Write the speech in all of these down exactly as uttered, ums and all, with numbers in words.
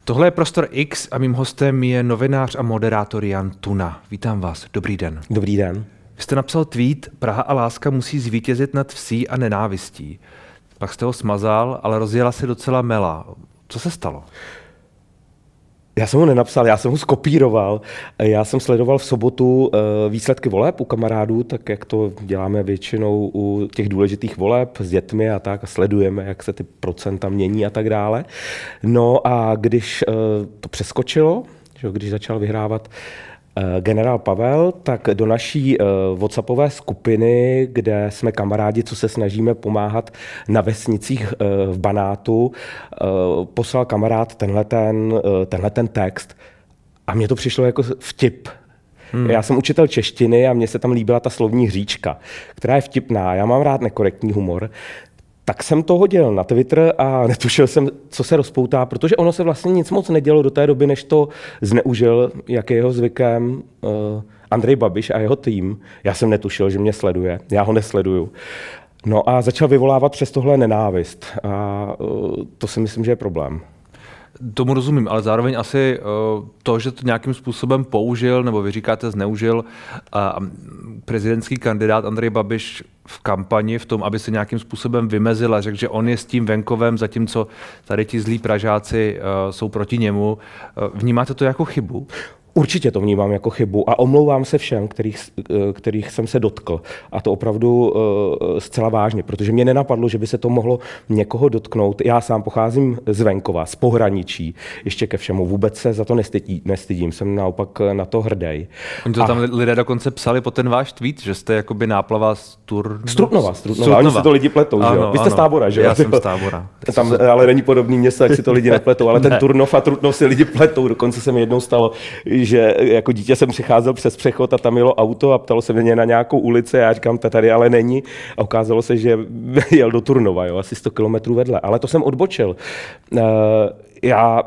Tohle je Prostor X a mým hostem je novinář a moderátor Jan Tuna. Vítám vás, dobrý den. Dobrý den. Vy jste napsal tweet: Praha a láska musí zvítězit nad vsí a nenávistí. Pak jste ho smazal, ale rozjela se docela mela. Co se stalo? Já jsem ho nenapsal, já jsem ho skopíroval. Já jsem sledoval v sobotu výsledky voleb u kamarádů, tak jak to děláme většinou u těch důležitých voleb s dětmi a tak, a sledujeme, jak se ty procenta mění a tak dále. No a když to přeskočilo, když začal vyhrávat generál Pavel, tak do naší WhatsAppové skupiny, kde jsme kamarádi, co se snažíme pomáhat na vesnicích v Banátu, poslal kamarád tenhleten, tenhleten text a mně to přišlo jako vtip. Hmm. Já jsem učitel češtiny a mně se tam líbila ta slovní hříčka, která je vtipná. Já mám rád nekorektní humor. Tak jsem to hodil na Twitter a netušil jsem, co se rozpoutá, protože ono se vlastně nic moc nedělo do té doby, než to zneužil, jak je jeho zvykem, uh, Andrej Babiš a jeho tým. Já jsem netušil, že mě sleduje, já ho nesleduju. No a začal vyvolávat přes tohle nenávist a uh, to si myslím, že je problém. Tomu rozumím, ale zároveň asi to, že to nějakým způsobem použil, nebo vy říkáte zneužil, prezidentský kandidát Andrej Babiš v kampani v tom, aby se nějakým způsobem vymezil a řekl, že on je s tím venkovem, zatímco tady ti zlí Pražáci jsou proti němu. Vnímáte to jako chybu? Určitě to vnímám jako chybu a omlouvám se všem, kterých, kterých jsem se dotkl. A to opravdu uh, zcela vážně, protože mě nenapadlo, že by se to mohlo někoho dotknout. Já sám pocházím z venkova, z pohraničí, ještě ke všemu. Vůbec se za to nestydí, nestydím, jsem naopak na to hrdý. Oni to a... tam lidé dokonce psali po ten váš tweet, že jste jakoby náplava z Tur... Z Trutnova, z Trutnova. Oni si to lidi pletou, ano, že jo? Vy jste z Tábora, že jo? Já jsem z Tábora. Tam ale není podobný město, jak si to lidi nepletou, ale ten ne. Turnov a Trutnov si lidi pletou. Dokonce se mi jednou stalo, že jako dítě jsem přicházel přes přechod a tam jelo auto a ptalo se mě na nějakou ulici a já říkám, ta tady ale není. A ukázalo se, že jel do Turnova, jo, asi sto kilometrů vedle. Ale to jsem odbočil. Uh, já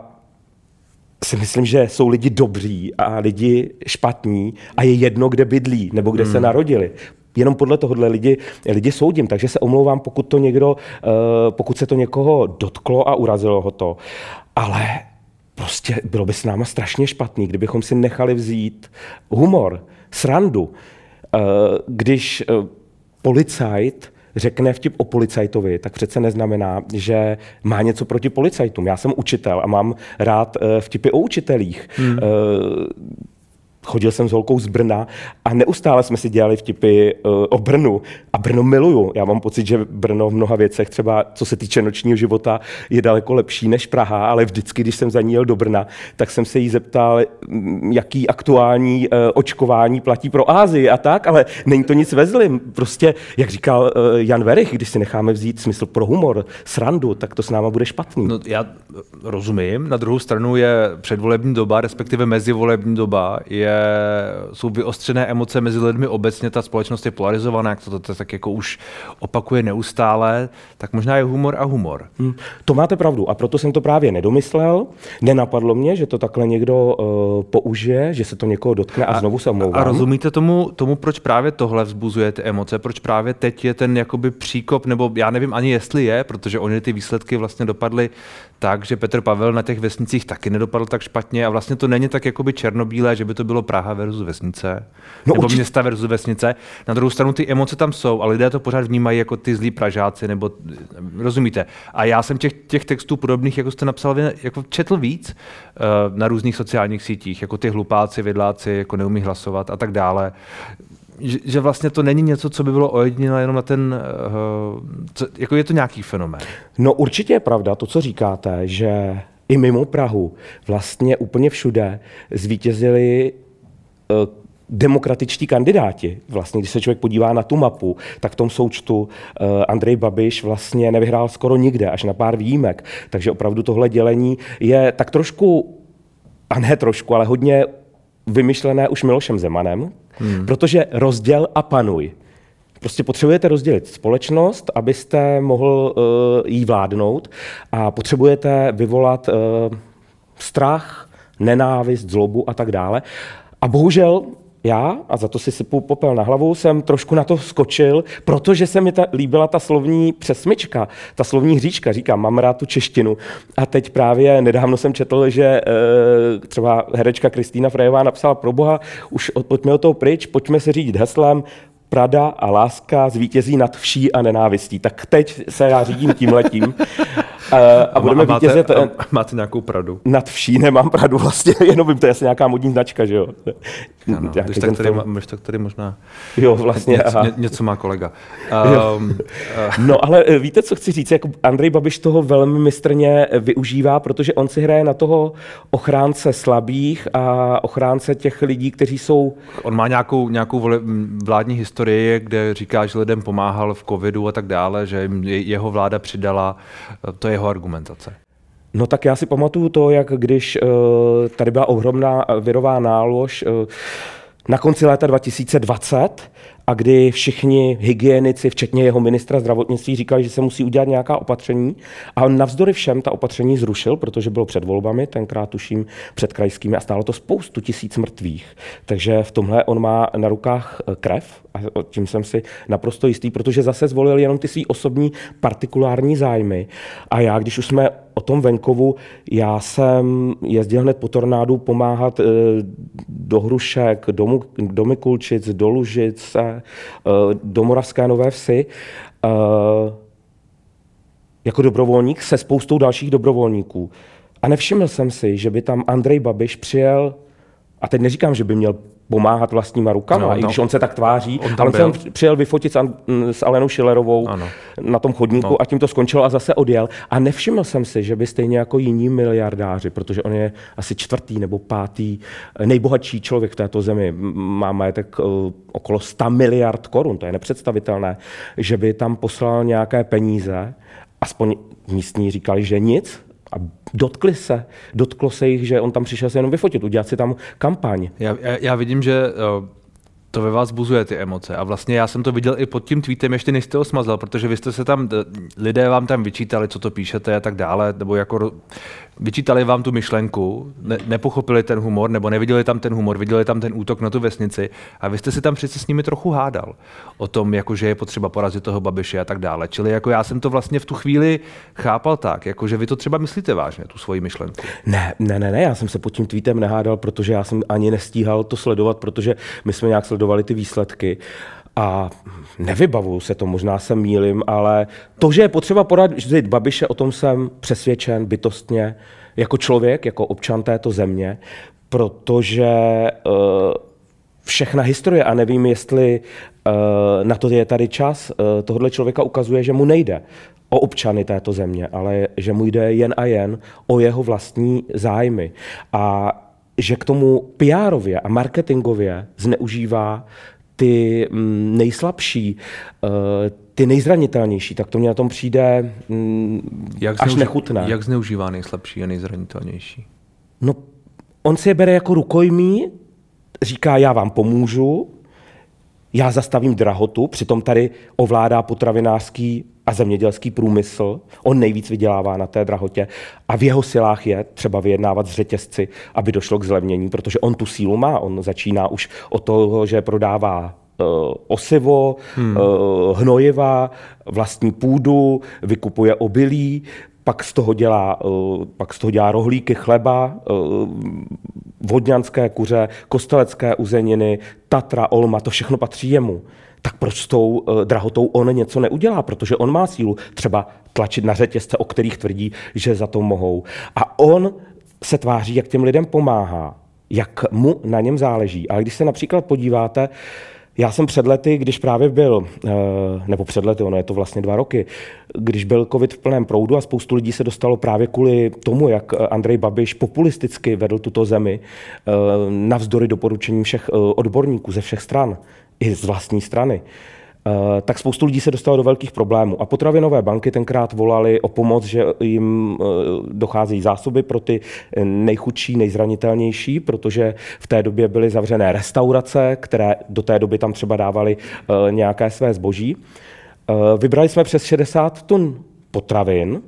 si myslím, že jsou lidi dobří a lidi špatní a je jedno, kde bydlí nebo kde hmm. se narodili. Jenom podle tohohle lidi, lidi soudím, takže se omlouvám, pokud, to někdo, uh, pokud se to někoho dotklo a urazilo ho to. Ale prostě bylo by s náma strašně špatný, kdybychom si nechali vzít humor, srandu. Když policajt řekne vtip o policajtovi, tak přece neznamená, že má něco proti policajtům. Já jsem učitel a mám rád vtipy o učitelích. Hmm. Chodil jsem s holkou z Brna a neustále jsme si dělali vtipy uh, o Brnu. A Brno miluju. Já mám pocit, že Brno v mnoha věcech, třeba co se týče nočního života, je daleko lepší než Praha, ale vždycky, když jsem za ní jel do Brna, tak jsem se jí zeptal, jaký aktuální uh, očkování platí pro Asii a tak, ale není to nic ve zlým. Prostě, jak říkal uh, Jan Werich, když si necháme vzít smysl pro humor, srandu, tak to s náma bude špatný. No, já rozumím. Na druhou stranu je předvolební doba, respektive mezivolební doba, je jsou vyostřené emoce mezi lidmi obecně, ta společnost je polarizovaná, jak to, to tak jako už opakuje neustále, tak možná je humor a humor. Hmm, to máte pravdu a proto jsem to právě nedomyslel, nenapadlo mě, že to takhle někdo uh, použije, že se to někoho dotkne a, a znovu se omlouvám. A rozumíte tomu, tomu, proč právě tohle vzbuzuje ty emoce, proč právě teď je ten jakoby příkop, nebo já nevím ani jestli je, protože oni ty výsledky vlastně dopadly tak, že Petr Pavel na těch vesnicích taky nedopadl tak špatně a vlastně to není tak jakoby černobílé, že by to bylo Praha versus vesnice, no, nebo určitě. Města versus vesnice. Na druhou stranu ty emoce tam jsou a lidé to pořád vnímají jako ty zlí Pražáci, nebo rozumíte. A já jsem těch, těch textů podobných, jako jste napsal, jako četl víc uh, na různých sociálních sítích, jako ty hlupáci, vidláci, jako neumí hlasovat a tak dále. Že, že vlastně to není něco, co by bylo ojedinělé jenom na ten, uh, co, jako je to nějaký fenomén. No určitě je pravda to, co říkáte, že i mimo Prahu vlastně úplně všude zvítězili uh, demokratičtí kandidáti. Vlastně, když se člověk podívá na tu mapu, tak v tom součtu uh, Andrej Babiš vlastně nevyhrál skoro nikde, až na pár výjimek. Takže opravdu tohle dělení je tak trošku, a ne trošku, ale hodně vymyšlené už Milošem Zemanem, hmm. protože rozděl a panuj. Prostě potřebujete rozdělit společnost, abyste mohl uh, jí vládnout a potřebujete vyvolat uh, strach, nenávist, zlobu a tak dále. A bohužel já, a za to si sypu popel na hlavu, jsem trošku na to skočil, protože se mi ta, líbila ta slovní přesmyčka, ta slovní hříčka, říkám, mám rád tu češtinu. A teď právě nedávno jsem četl, že e, třeba herečka Kristýna Frejová napsala: pro boha, už pojďme od toho pryč, pojďme se řídit heslem Pravda a láska zvítězí nad vší a nenávistí. Tak teď se já řídím tímhletím. A, a budeme a máte, vítězit. A máte nějakou pravdu? Nad vší nemám pravdu vlastně, jenom vím, to je asi nějaká modní značka, že jo. Ano, když tak, tady, tom... tak tady možná jo, vlastně, něco, ně, něco má kolega. Um, uh... No ale víte, co chci říct, jako Andrej Babiš toho velmi mistrně využívá, protože on si hraje na toho ochránce slabých a ochránce těch lidí, kteří jsou... On má nějakou, nějakou vládní historii, kde říká, že lidem pomáhal v covidu a tak dále, že jeho vláda přidala, to je jeho argumentace. No tak já si pamatuju to, jak když uh, tady byla ohromná virová nálož uh, na konci léta dva tisíce dvacet a kdy všichni hygienici, včetně jeho ministra zdravotnictví, říkali, že se musí udělat nějaká opatření a on navzdory všem ta opatření zrušil, protože bylo před volbami, tenkrát tuším před krajskými a stálo to spoustu tisíc mrtvých. Takže v tomhle on má na rukách krev a tím jsem si naprosto jistý, protože zase zvolil jenom ty svý osobní partikulární zájmy. A já, když už jsme o tom venkovu, já jsem jezdil hned po tornádu pomáhat e, do Hrušek, do, do Mikulčic, do Lužic, e, do Moravské Nové Vsi, e, jako dobrovolník se spoustou dalších dobrovolníků. A nevšiml jsem si, že by tam Andrej Babiš přijel, a teď neříkám, že by měl pomáhat vlastníma rukama, no, i když no. on se tak tváří, on ale on se přijel vyfotit s, An- s Alenou Schillerovou ano. na tom chodníku no. a tím to skončilo a zase odjel. A nevšiml jsem si, že by stejně jako jiní miliardáři, protože on je asi čtvrtý nebo pátý nejbohatší člověk v této zemi, má majetek uh, okolo sto miliard korun, to je nepředstavitelné, že by tam poslal nějaké peníze, aspoň místní říkali, že nic, a dotkli se, dotklo se jich, že on tam přišel se jenom vyfotit, udělat si tam kampaň. Já, já, já vidím, že uh, to ve vás buzuje ty emoce a vlastně já jsem to viděl i pod tím tweetem, ještě než jste ho smazal, protože vy jste se tam, lidé vám tam vyčítali, co to píšete a tak dále, nebo jako vyčítali vám tu myšlenku, ne, nepochopili ten humor, nebo neviděli tam ten humor, viděli tam ten útok na tu vesnici a vy jste si tam přece s nimi trochu hádal o tom, jako že je potřeba porazit toho Babiše a tak dále. Čili jako já jsem to vlastně v tu chvíli chápal tak, jako že vy to třeba myslíte vážně, tu svoji myšlenku. Ne, ne, ne, ne, já jsem se pod tím tweetem nehádal, protože já jsem ani nestíhal to sledovat, protože my jsme nějak sledovali ty výsledky. A nevybavuju se to, možná se mýlim, ale to, že je potřeba porazit Babiše, o tom jsem přesvědčen bytostně jako člověk, jako občan této země, protože uh, všechna historie, a nevím, jestli uh, na to je tady čas, uh, tohohle člověka ukazuje, že mu nejde o občany této země, ale že mu jde jen a jen o jeho vlastní zájmy. A že k tomu P R-ově a marketingově zneužívá ty mm, nejslabší, uh, ty nejzranitelnější, tak to mě na tom přijde mm, jak až zneuži- nechutné. Jak zneužívá nejslabší a nejzranitelnější? No, on si je bere jako rukojmí, říká, já vám pomůžu, já zastavím drahotu, přitom tady ovládá potravinářský a zemědělský průmysl, on nejvíc vydělává na té drahotě a v jeho silách je třeba vyjednávat s řetězci, aby došlo k zlevnění, protože on tu sílu má, on začíná už od toho, že prodává uh, osivo, hmm. uh, hnojiva, vlastní půdu, vykupuje obilí, pak z toho dělá, uh, pak z toho dělá rohlíky chleba, uh, vodňanské kuře, kostelecké uzeniny, Tatra, Olma, to všechno patří jemu. Tak proč s tou uh, drahotou on něco neudělá? Protože on má sílu třeba tlačit na řetězce, o kterých tvrdí, že za to mohou. A on se tváří, jak těm lidem pomáhá, jak mu na něm záleží. Ale když se například podíváte, já jsem před lety, když právě byl, nebo před lety, ono je to vlastně dva roky, když byl covid v plném proudu a spoustu lidí se dostalo právě kvůli tomu, jak Andrej Babiš populisticky vedl tuto zemi, navzdory doporučením všech odborníků ze všech stran, i z vlastní strany, tak spoustu lidí se dostalo do velkých problémů. A potravinové banky tenkrát volaly o pomoc, že jim docházejí zásoby pro ty nejchudší, nejzranitelnější, protože v té době byly zavřené restaurace, které do té doby tam třeba dávaly nějaké své zboží. Vybrali jsme přes šedesát tun potravin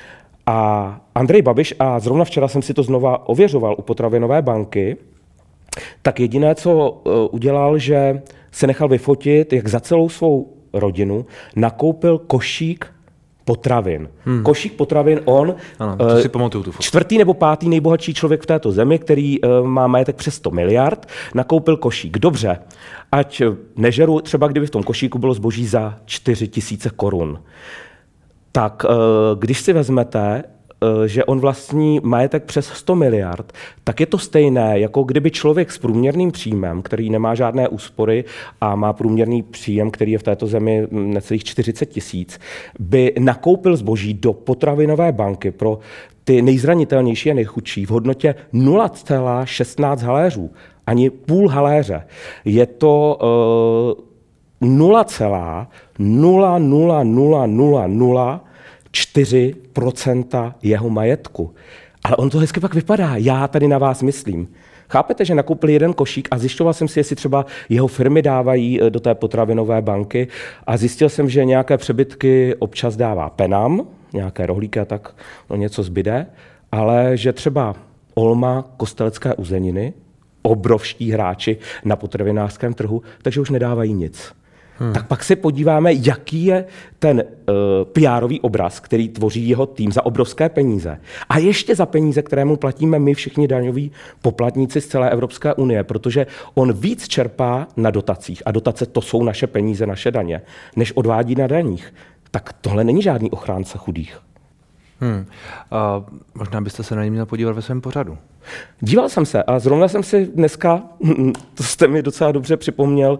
a Andrej Babiš, a zrovna včera jsem si to znova ověřoval u potravinové banky, tak jediné, co udělal, že se nechal vyfotit, jak za celou svou rodinu nakoupil košík potravin. Hmm. Košík potravin on, ano, to si pamatuju tu čtvrtý nebo pátý nejbohatší člověk v této zemi, který uh, má majetek přes sto miliard, nakoupil košík. Dobře, ať nežeru, třeba kdyby v tom košíku bylo zboží za čtyři tisíce korun. Tak uh, když si vezmete, že on vlastní majetek přes sto miliard, tak je to stejné, jako kdyby člověk s průměrným příjmem, který nemá žádné úspory a má průměrný příjem, který je v této zemi necelých čtyřicet tisíc, by nakoupil zboží do potravinové banky pro ty nejzranitelnější a nejchudší v hodnotě nula celá šestnáct haléřů, ani půl haléře. Je to uh, nula celá nula nula nula nula nula čtyři procenta jeho majetku. Ale on to hezky pak vypadá. Já tady na vás myslím. Chápete, že nakoupil jeden košík a zjišťoval jsem si, jestli třeba jeho firmy dávají do té potravinové banky a zjistil jsem, že nějaké přebytky občas dává Penam, nějaké rohlíky a tak no něco zbyde, ale že třeba Olma, Kostelecké uzeniny, obrovští hráči na potravinářském trhu, takže už nedávají nic. Hmm. Tak pak se podíváme, jaký je ten uh, P R-ový obraz, který tvoří jeho tým za obrovské peníze. A ještě za peníze, které mu platíme my všichni daňoví poplatníci z celé Evropské unie, protože on víc čerpá na dotacích. A dotace to jsou naše peníze, naše daně, než odvádí na daních. Tak tohle není žádný ochránce chudých. Hmm. A možná byste se na něj měl podívat ve svém pořadu. Díval jsem se a zrovna jsem si dneska, to jste mi docela dobře připomněl,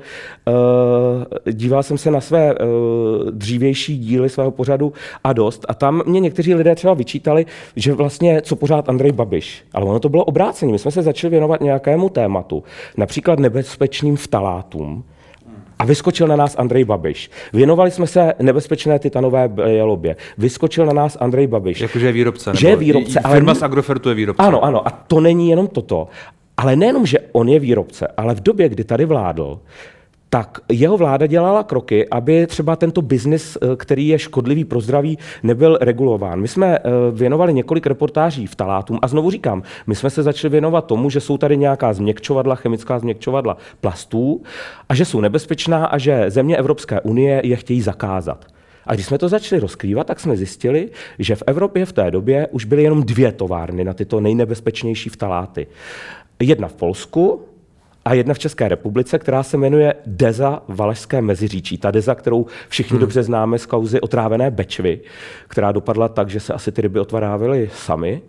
uh, díval jsem se na své uh, dřívější díly svého pořadu a dost a tam mě někteří lidé třeba vyčítali, že vlastně co pořád Andrej Babiš. Ale ono to bylo obráceně. My jsme se začali věnovat nějakému tématu, například nebezpečným vtalátům. A vyskočil na nás Andrej Babiš. Věnovali jsme se nebezpečné titanové jelobě. Vyskočil na nás Andrej Babiš. Jakože je výrobce. Že je výrobce. Firma ale... z Agrofertu je výrobce. Ano, ano. A to není jenom toto. Ale nejenom, že on je výrobce, ale v době, kdy tady vládl, tak jeho vláda dělala kroky, aby třeba tento biznis, který je škodlivý pro zdraví, nebyl regulován. My jsme věnovali několik reportáží vtalátům a znovu říkám, my jsme se začali věnovat tomu, že jsou tady nějaká změkčovadla, chemická změkčovadla plastů a že jsou nebezpečná a že země Evropské unie je chtějí zakázat. A když jsme to začali rozkrývat, tak jsme zjistili, že v Evropě v té době už byly jenom dvě továrny na tyto nejnebezpečnější vtaláty. Jedna v Polsku, a jedna v České republice, která se jmenuje Deza Valašské Meziříčí. Ta Deza, kterou všichni hmm. dobře známe z kauzy otrávené Bečvy, která dopadla tak, že se asi ty ryby otvárávily sami.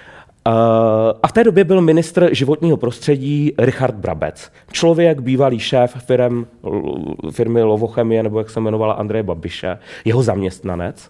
A v té době byl ministr životního prostředí Richard Brabec. Člověk, bývalý šéf firm, firmy Lovochemie, nebo jak se jmenovala Andreje Babiše, jeho zaměstnanec.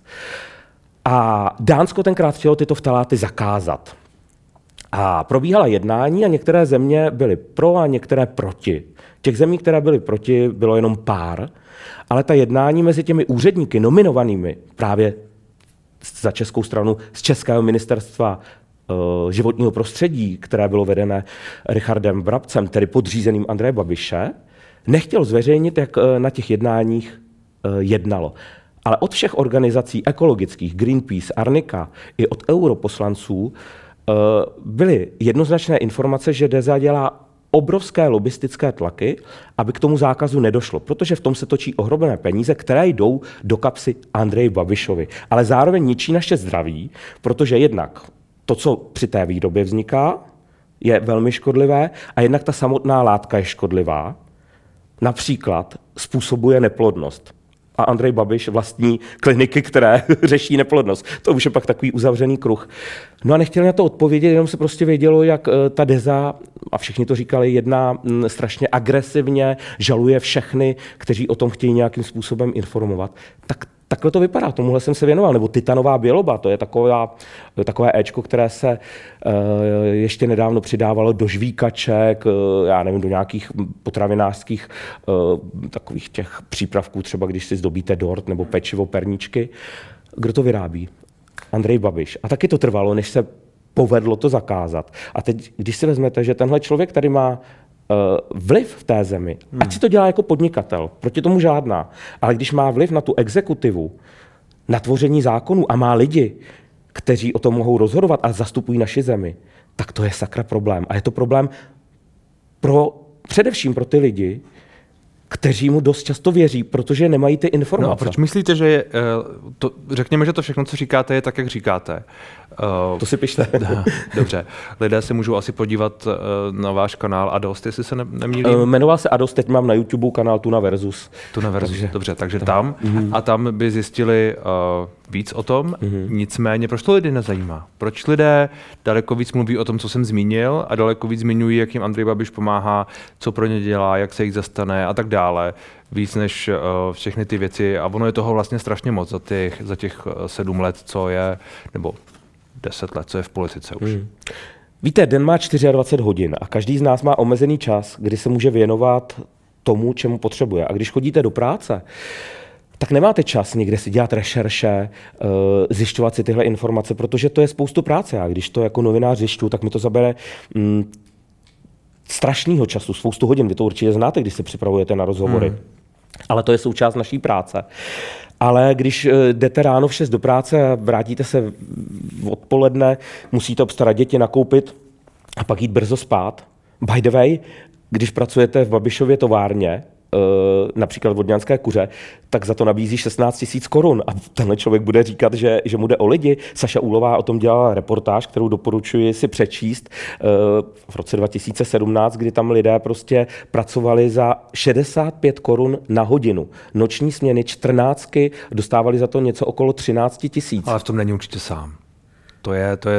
A Dánsko tenkrát chtělo tyto vtaláty zakázat. A probíhala jednání a některé země byly pro a některé proti. Těch zemí, které byly proti, bylo jenom pár, ale ta jednání mezi těmi úředníky nominovanými právě za českou stranu z Českého ministerstva uh, životního prostředí, které bylo vedené Richardem Brabcem, tedy podřízeným Andreje Babiše, nechtěl zveřejnit, jak uh, na těch jednáních uh, jednalo. Ale od všech organizací ekologických, Greenpeace, Arnika, i od europoslanců, byly jednoznačné informace, že Deza dělá obrovské lobistické tlaky, aby k tomu zákazu nedošlo, protože v tom se točí ohromné peníze, které jdou do kapsy Andreji Babišovi. Ale zároveň ničí naše zdraví, protože jednak to, co při té výrobě vzniká, je velmi škodlivé a jednak ta samotná látka je škodlivá. Například způsobuje neplodnost. A Andrej Babiš vlastní kliniky, které řeší neplodnost. To už je pak takový uzavřený kruh. No a nechtěli na to odpovědět, jenom se prostě vědělo, jak ta Deza, a všichni to říkali, jedná strašně agresivně, žaluje všechny, kteří o tom chtějí nějakým způsobem informovat. Tak takhle to vypadá, tomuhle jsem se věnoval. Nebo titanová běloba, to je taková, takové éčko, které se uh, ještě nedávno přidávalo do žvíkaček, uh, já nevím, do nějakých potravinářských uh, takových těch přípravků, třeba když si zdobíte dort nebo pečivo, perníčky. Kdo to vyrábí? Andrej Babiš. A taky to trvalo, než se povedlo to zakázat. A teď, když si vezmete, že tenhle člověk tady má vliv v té zemi, hmm. ať si to dělá jako podnikatel, proti tomu žádná, ale když má vliv na tu exekutivu, na tvoření zákonů a má lidi, kteří o tom mohou rozhodovat a zastupují naši zemi, tak to je sakra problém. A je to problém pro, především pro ty lidi, kteří mu dost často věří, protože nemají ty informace. No a proč myslíte, že je, to, řekněme, že to všechno, co říkáte, je tak, jak říkáte? To si pište. Dobře. Lidé se můžou asi podívat na váš kanál Adost, jestli se ne, nemýlím. Jmenoval se Adost, teď mám na YouTube kanál Tuna Versus. Tuna Versus, takže, dobře, takže tam. Mm-hmm. A tam by zjistili uh, víc o tom, mm-hmm. nicméně proč to lidi nezajímá? Proč lidé daleko víc mluví o tom, co jsem zmínil a daleko víc zmiňují, jak jim Andrej Babiš pomáhá, co pro ně dělá, jak se jich zastane a tak dále. Víc než uh, všechny ty věci a ono je toho vlastně strašně moc za těch, za těch uh, sedm let, co je, nebo deset let, co je v politice už. Hmm. Víte, den má dvacet čtyři hodin a každý z nás má omezený čas, kdy se může věnovat tomu, čemu potřebuje. A když chodíte do práce, tak nemáte čas někde si dělat rešerše, uh, zjišťovat si tyhle informace, protože to je spoustu práce. A když to jako novinář zjišťuju, tak mi to zabere mm, strašného času, spoustu hodin. Vy to určitě znáte, když se připravujete na rozhovory. Hmm. Ale to je součást naší práce. Ale když jdete ráno v šest do práce a vrátíte se odpoledne, musíte obstarat děti, nakoupit a pak jít brzo spát. By the way, když pracujete v Babišově továrně, například vodňanské kuře, tak za to nabízí šestnáct tisíc korun. A tenhle člověk bude říkat, že, že mu jde o lidi. Saša Úlová o tom dělala reportáž, kterou doporučuji si přečíst v roce dva tisíce sedmnáct, kdy tam lidé prostě pracovali za šedesát pět korun na hodinu. Noční směny čtrnáctky, dostávali za to něco okolo třináct tisíc. Ale v tom není určitě sám. To je, to je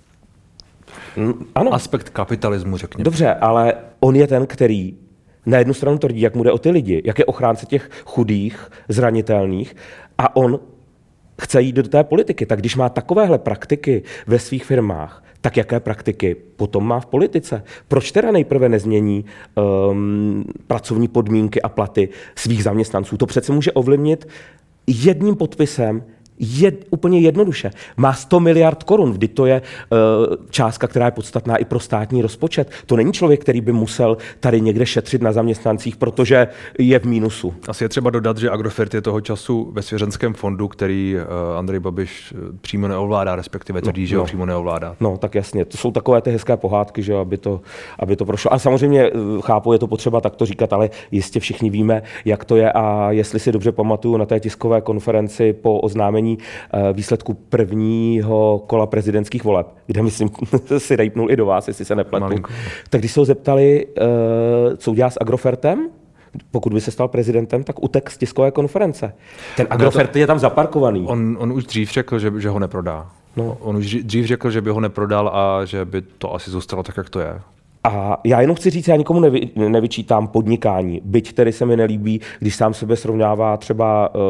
ano. aspekt kapitalismu, řekněme. Dobře, ale on je ten, který na jednu stranu tvrdí, jak mu jde o ty lidi, jak je ochránce těch chudých, zranitelných a on chce jít do té politiky. Tak když má takovéhle praktiky ve svých firmách, tak jaké praktiky potom má v politice? Proč teda nejprve nezmění um, pracovní podmínky a platy svých zaměstnanců? To přece může ovlivnit jedním podpisem. Je úplně jednoduše. Má sto miliard korun, vždyť to je uh, částka, která je podstatná i pro státní rozpočet. To není člověk, který by musel tady někde šetřit na zaměstnancích, protože je v mínusu. Asi je třeba dodat, že Agrofert je toho času ve svěřenském fondu, který uh, Andrej Babiš přímo neovládá, respektive tvrdí, no, že no. ho přímo neovládá. No, tak jasně. To jsou takové ty hezké pohádky, že aby to, aby to prošlo. A samozřejmě chápu, je to potřeba takto říkat, ale jistě všichni víme, jak to je a jestli si dobře pamatuju na té tiskové konferenci po oznámení výsledku prvního kola prezidentských voleb, kde myslím, si rejpnul i do vás, jestli se nepletu. Malinko. Tak když se ho zeptali, co udělá s Agrofertem, pokud by se stal prezidentem, tak utek z tiskové konference. Ten Agrofert to, je tam zaparkovaný. On, on už dřív řekl, že, že ho neprodá. No. On už dřív řekl, že by ho neprodal a že by to asi zůstalo tak, jak to je. A já jenom chci říct, já nikomu nevy, nevyčítám podnikání, byť tedy se mi nelíbí, když sám sebe srovnává třeba uh,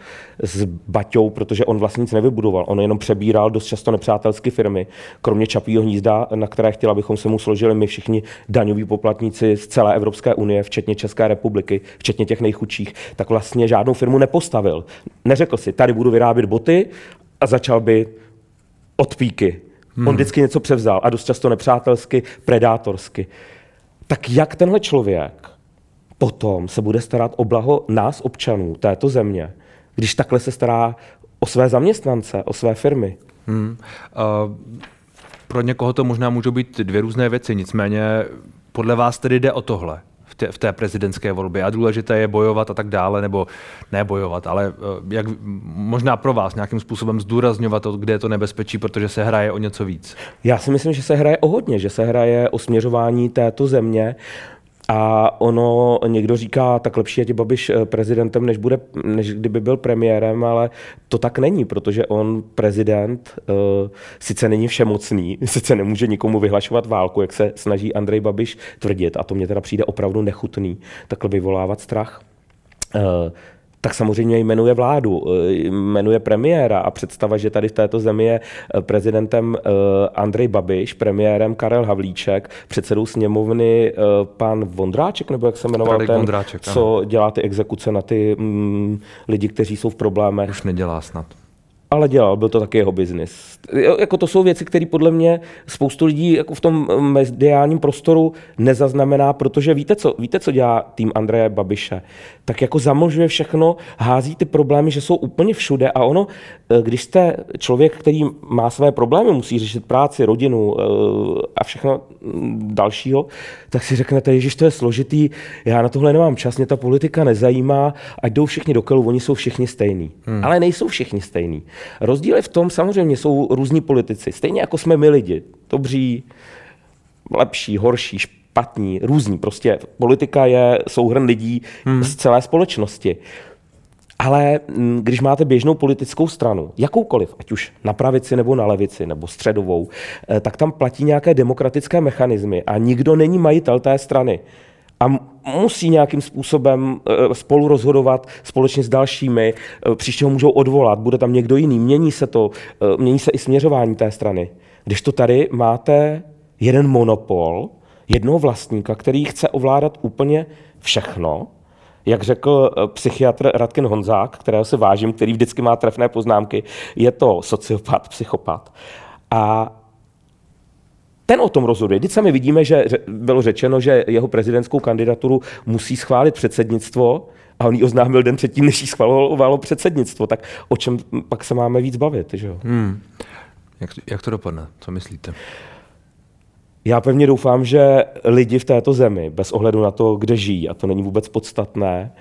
s Baťou, protože on vlastně nic nevybudoval, on jenom přebíral dost často nepřátelské firmy, kromě Čapího hnízda, na které chtěl, abychom se mu složili my všichni daňoví poplatníci z celé Evropské unie, včetně České republiky, včetně těch nejchudších, tak vlastně žádnou firmu nepostavil. Neřekl si, tady budu vyrábět boty a začal by od píky. Hmm. On vždycky něco převzal a dost často nepřátelsky, predátorsky. Tak jak tenhle člověk potom se bude starat o blaho nás, občanů této země, když takhle se stará o své zaměstnance, o své firmy? Hmm. Uh, pro někoho to možná můžou být dvě různé věci, nicméně podle vás tedy jde o tohle v té, v té prezidentské volbě a důležité je bojovat a tak dále, nebo ne bojovat, ale jak možná pro vás nějakým způsobem zdůrazňovat to, kde je to nebezpečí, protože se hraje o něco víc. Já si myslím, že se hraje o hodně, že se hraje o směřování této země a ono, někdo říká, tak lepší je ti Babiš prezidentem, než, bude, než kdyby byl premiérem, ale to tak není, protože on prezident uh, sice není všemocný, sice nemůže nikomu vyhlašovat válku, jak se snaží Andrej Babiš tvrdit, a to mně teda přijde opravdu nechutný, takhle vyvolávat strach. Uh, tak samozřejmě jmenuje vládu, jmenuje premiéra a představa, že tady v této zemi je prezidentem Andrej Babiš, premiérem Karel Havlíček, předsedou sněmovny pan Vondráček, nebo jak se jmenoval Radek ten, Vondráček, co ano. dělá ty exekuce na ty mm, lidi, kteří jsou v problémech. Už nedělá snad. ale dělal, byl to taky jeho biznis. Jako to jsou věci, které podle mě spoustu lidí jako v tom mediálním prostoru nezaznamená, protože víte co, víte, co dělá tým Andreje Babiše? Tak jako zamlžuje všechno, hází ty problémy, že jsou úplně všude a ono, když jste člověk, který má své problémy, musí řešit práci, rodinu a všechno dalšího, tak si řeknete, ježiš, to je složitý, já na tohle nemám čas, mě ta politika nezajímá, ať jdou všichni do kelu, oni jsou všichni stejní. Hmm. Ale nejsou všichni stejní. Rozdíl je v tom, samozřejmě jsou různí politici, stejně jako jsme my lidi, dobří, lepší, horší, špatní, různí. Prostě politika je souhrn lidí hmm. z celé společnosti. Ale když máte běžnou politickou stranu, jakoukoliv, ať už na pravici nebo na levici nebo středovou, tak tam platí nějaké demokratické mechanismy a nikdo není majitel té strany. A musí nějakým způsobem spolu rozhodovat společně s dalšími, příště ho můžou odvolat, bude tam někdo jiný, mění se to, mění se i směřování té strany. Když to tady máte jeden monopol, jednoho vlastníka, který chce ovládat úplně všechno, jak řekl psychiatr Radkin Honzák, kterého se vážím, který vždycky má trefné poznámky, je to sociopat, psychopat. A ten o tom rozhoduje. Vždyť sami vidíme, že bylo řečeno, že jeho prezidentskou kandidaturu musí schválit předsednictvo a on ji oznámil den předtím, než jí schvalovalo předsednictvo. Tak o čem pak se máme víc bavit? Že? Hmm. Jak, jak to dopadne? Co myslíte? Já pevně doufám, že lidi v této zemi, bez ohledu na to, kde žijí, a to není vůbec podstatné,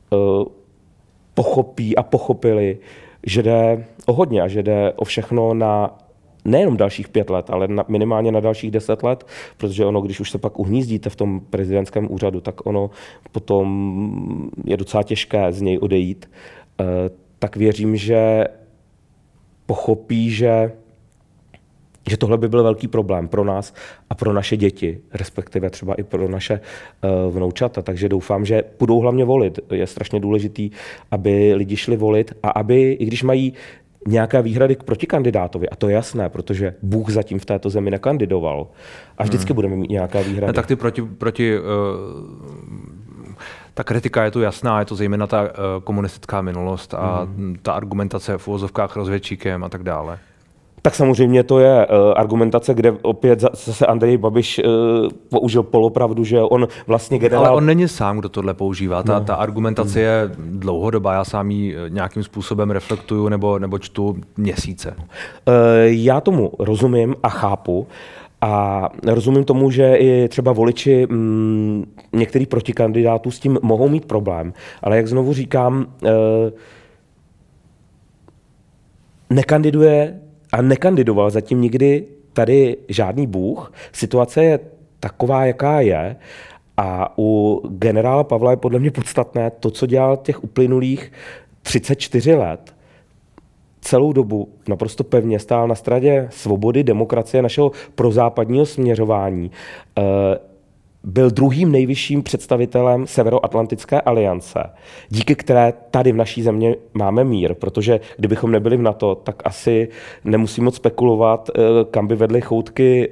pochopí a pochopili, že jde o hodně a že jde o všechno na nejenom dalších pět let, ale na, minimálně na dalších deset let, protože ono, když už se pak uhnízdíte v tom prezidentském úřadu, tak ono potom je docela těžké z něj odejít. E, tak věřím, že pochopí, že, že tohle by byl velký problém pro nás a pro naše děti, respektive třeba i pro naše e, vnoučata. Takže doufám, že půjdou hlavně volit. Je strašně důležitý, aby lidi šli volit a aby, i když mají nějaké výhrady k protikandidátovi, a to je jasné, protože Bůh zatím v této zemi nekandidoval. A vždycky hmm. budeme mít nějaké výhrady. Ne, tak ty proti, proti uh, ta kritika je tu jasná, je to zejména ta uh, komunistická minulost a hmm. ta argumentace v uvozovkách rozvědčíkem a tak dále. Tak samozřejmě to je uh, argumentace, kde opět zase Andrej Babiš uh, použil polopravdu, že on vlastně generál... Ale on není sám, kdo tohle používá. Ta, no. ta argumentace je dlouhodobá, já sám ji nějakým způsobem reflektuju nebo, nebo čtu měsíce. Uh, já tomu rozumím a chápu. A rozumím tomu, že i třeba voliči m, některých protikandidátů s tím mohou mít problém. Ale jak znovu říkám, uh, nekandiduje a nekandidoval zatím nikdy tady žádný Bůh. Situace je taková, jaká je. A u generála Pavla je podle mě podstatné to, co dělal těch uplynulých třicet čtyři let. Celou dobu naprosto pevně stál na straně svobody, demokracie, našeho prozápadního směřování. Byl druhým nejvyšším představitelem Severoatlantické aliance, díky které tady v naší země máme mír, protože kdybychom nebyli v NATO, tak asi nemusím moc spekulovat, kam by vedly choutky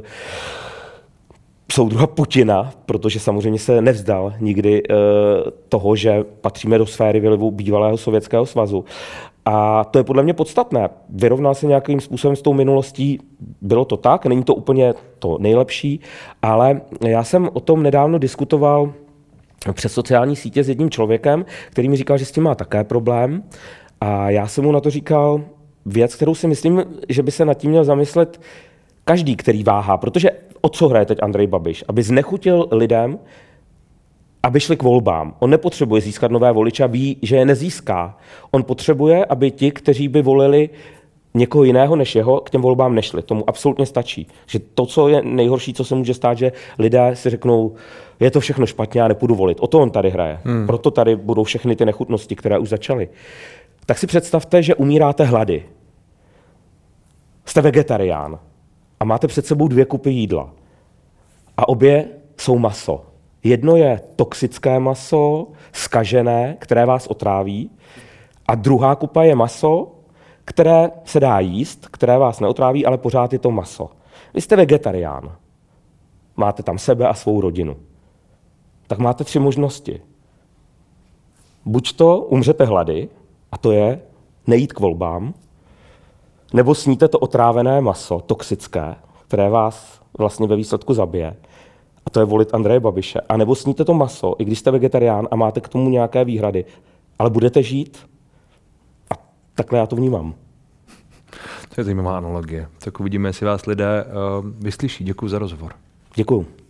soudruha Putina, protože samozřejmě se nevzdal nikdy toho, že patříme do sféry vlivu bývalého Sovětského svazu. A to je podle mě podstatné. Vyrovnal se nějakým způsobem s tou minulostí, bylo to tak, není to úplně to nejlepší, ale já jsem o tom nedávno diskutoval přes sociální sítě s jedním člověkem, který mi říkal, že s tím má také problém. A já jsem mu na to říkal věc, kterou si myslím, že by se nad tím měl zamyslet každý, který váhá, protože o co hraje teď Andrej Babiš? Aby znechutil lidem, aby šli k volbám. On nepotřebuje získat nové voliče a ví, že je nezíská. On potřebuje, aby ti, kteří by volili někoho jiného než jeho, k těm volbám nešli. Tomu absolutně stačí. Že to, co je nejhorší, co se může stát, že lidé si řeknou, je to všechno špatně, já nepůjdu volit. O to on tady hraje. Hmm. Proto tady budou všechny ty nechutnosti, které už začaly. Tak si představte, že umíráte hlady. Jste vegetarián a máte před sebou dvě kupy jídla. A obě jsou maso. Jedno je toxické maso, zkažené, které vás otráví, a druhá kupa je maso, které se dá jíst, které vás neotráví, ale pořád je to maso. Vy jste vegetarián. Máte tam sebe a svou rodinu. Tak máte tři možnosti. Buď to umřete hlady, a to je nejít k volbám, nebo sníte to otrávené maso, toxické, které vás vlastně ve výsledku zabije. A to je volit Andreje Babiše. A nebo sníte to maso, i když jste vegetarián a máte k tomu nějaké výhrady, ale budete žít. A takhle já to vnímám. To je zajímavá analogie. Tak uvidíme, jestli vás lidé uh, vyslyší. Děkuji za rozhovor. Děkuji.